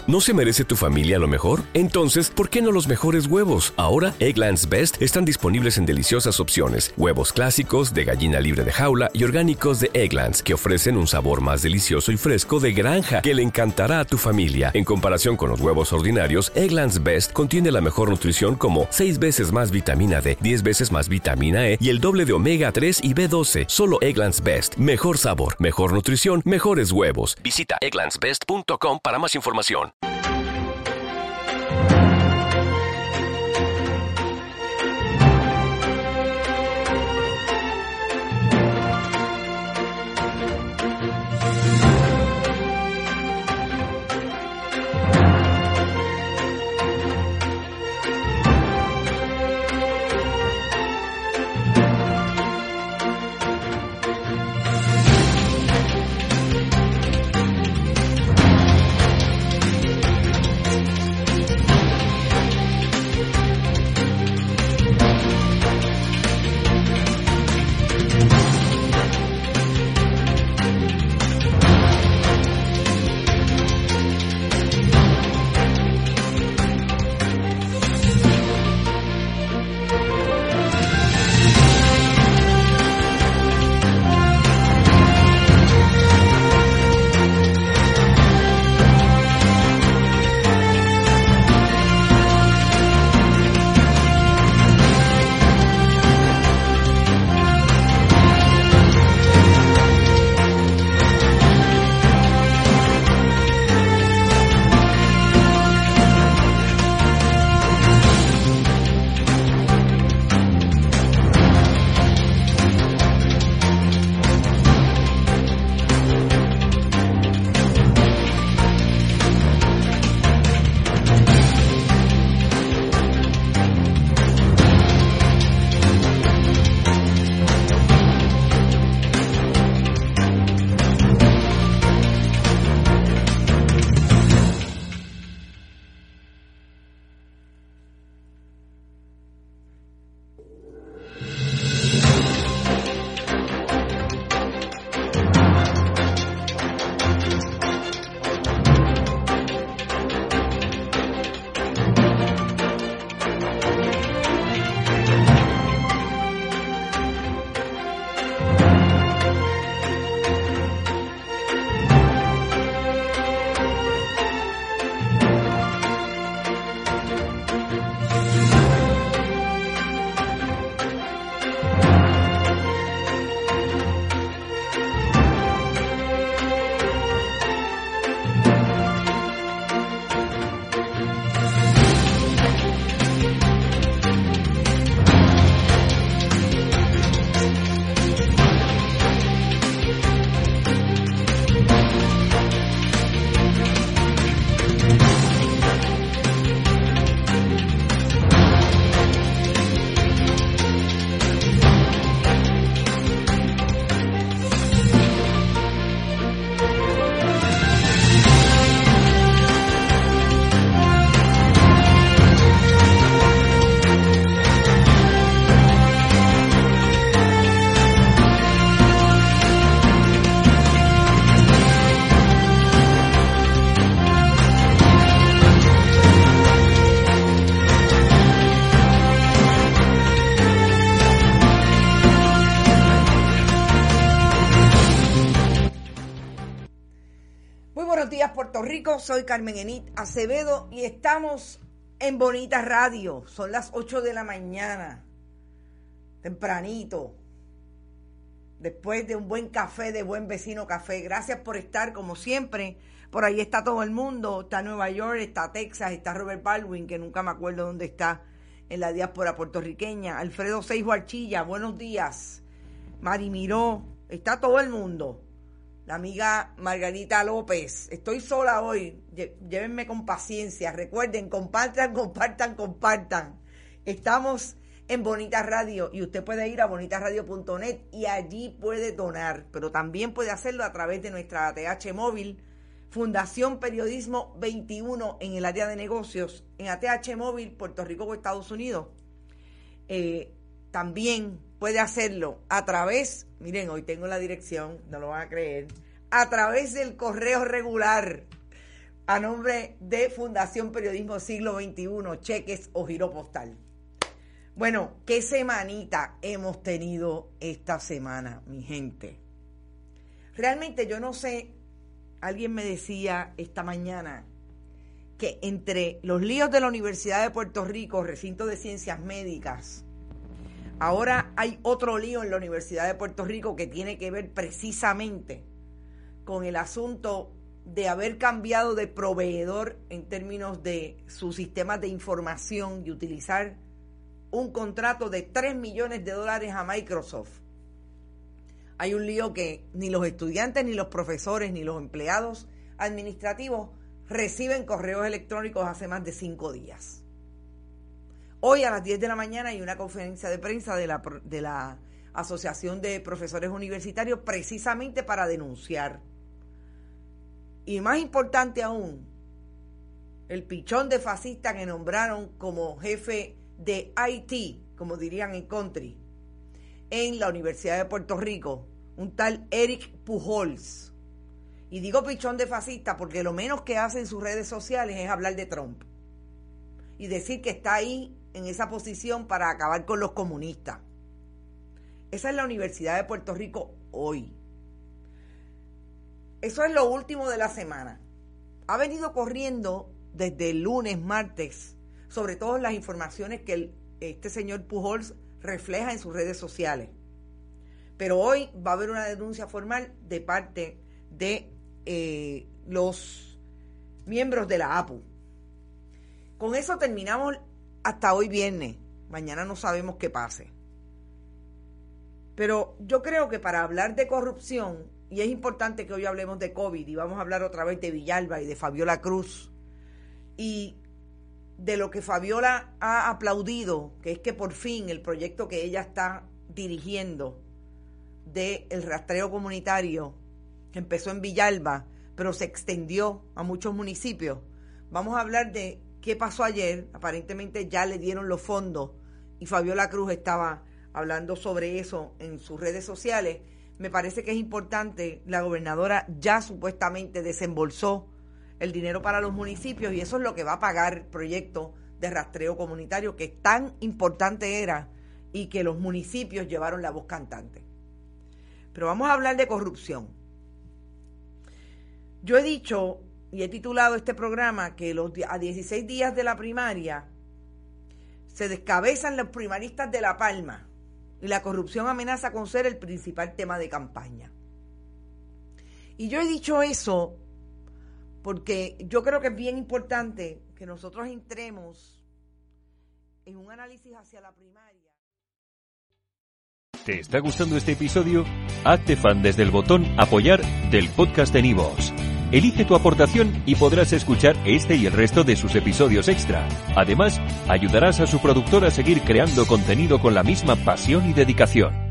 ¿No se merece tu familia lo mejor? Entonces, ¿por qué no los mejores huevos? Ahora, Eggland's Best están disponibles en deliciosas opciones. Huevos clásicos, de gallina libre de jaula y orgánicos de Eggland's, que ofrecen un sabor más delicioso y fresco de granja que le encantará a tu familia. En comparación con los huevos ordinarios, Eggland's Best contiene la mejor nutrición como 6 veces más vitamina D, 10 veces más vitamina E y el doble de omega 3 y B12. Solo Eggland's Best. Mejor sabor, mejor nutrición, mejores huevos. Visita egglandsbest.com para más información. Puerto Rico, soy Carmen Enit Acevedo y estamos en Bonita Radio. Son las 8 de la mañana, tempranito, después de un buen café de Buen Vecino Café. Gracias por estar, como siempre. Por ahí está todo el mundo, está Nueva York, está Texas, está Robert Baldwin, que nunca me acuerdo dónde está en la diáspora puertorriqueña. Alfredo Seijo Archilla, buenos días. Mari Miró, está todo el mundo. La amiga Margarita López. Estoy sola hoy, llévenme con paciencia. Recuerden, compartan. Estamos en Bonita Radio y usted puede ir a bonitasradio.net y allí puede donar, pero también puede hacerlo a través de nuestra ATH móvil, Fundación Periodismo 21 en el área de negocios, en ATH móvil, Puerto Rico o Estados Unidos. También puede hacerlo a través, miren, hoy tengo la dirección, no lo van a creer, a través del correo regular, a nombre de Fundación Periodismo Siglo XXI, cheques o giro postal. Bueno, ¿qué semanita hemos tenido esta semana, mi gente? Realmente yo no sé, alguien me decía esta mañana que entre los líos de la Universidad de Puerto Rico, recinto de ciencias médicas, ahora hay otro lío en la Universidad de Puerto Rico que tiene que ver precisamente con el asunto de haber cambiado de proveedor en términos de sus sistemas de información y utilizar un contrato de $3 millones a Microsoft. Hay un lío que ni los estudiantes, ni los profesores, ni los empleados administrativos reciben correos electrónicos hace más de 5 días. Hoy a las 10 de la mañana hay una conferencia de prensa de la Asociación de Profesores Universitarios precisamente para denunciar. Y más importante aún, el pichón de fascista que nombraron como jefe de IT, como dirían en country, en la Universidad de Puerto Rico, un tal Eric Pujols. Y digo pichón de fascista porque lo menos que hace en sus redes sociales es hablar de Trump y decir que está ahí en esa posición para acabar con los comunistas. Esa es la Universidad de Puerto Rico hoy. Eso es lo último de la semana. Ha venido corriendo desde el lunes, martes, sobre todo las informaciones que este señor Pujols refleja en sus redes sociales. Pero hoy va a haber una denuncia formal de parte de los miembros de la APU. Con eso terminamos hasta hoy viernes. Mañana no sabemos qué pase. Pero yo creo que para hablar de corrupción, y es importante que hoy hablemos de COVID, y vamos a hablar otra vez de Villalba y de Fabiola Cruz, y de lo que Fabiola ha aplaudido, que es que por fin el proyecto que ella está dirigiendo del rastreo comunitario, que empezó en Villalba, pero se extendió a muchos municipios. Vamos a hablar de qué pasó ayer. Aparentemente ya le dieron los fondos y Fabiola Cruz estaba hablando sobre eso en sus redes sociales. Me parece que es importante, la gobernadora ya supuestamente desembolsó el dinero para los municipios y eso es lo que va a pagar el proyecto de rastreo comunitario que tan importante era y que los municipios llevaron la voz cantante. Pero vamos a hablar de corrupción. Yo he dicho y he titulado este programa que a 16 días de la primaria se descabezan los primaristas de La Palma y la corrupción amenaza con ser el principal tema de campaña. Y yo he dicho eso porque yo creo que es bien importante que nosotros entremos en un análisis hacia la primaria. ¿Te está gustando este episodio? Hazte fan desde el botón Apoyar del podcast de Nivos. Elige tu aportación y podrás escuchar este y el resto de sus episodios extra. Además, ayudarás a su productor a seguir creando contenido con la misma pasión y dedicación.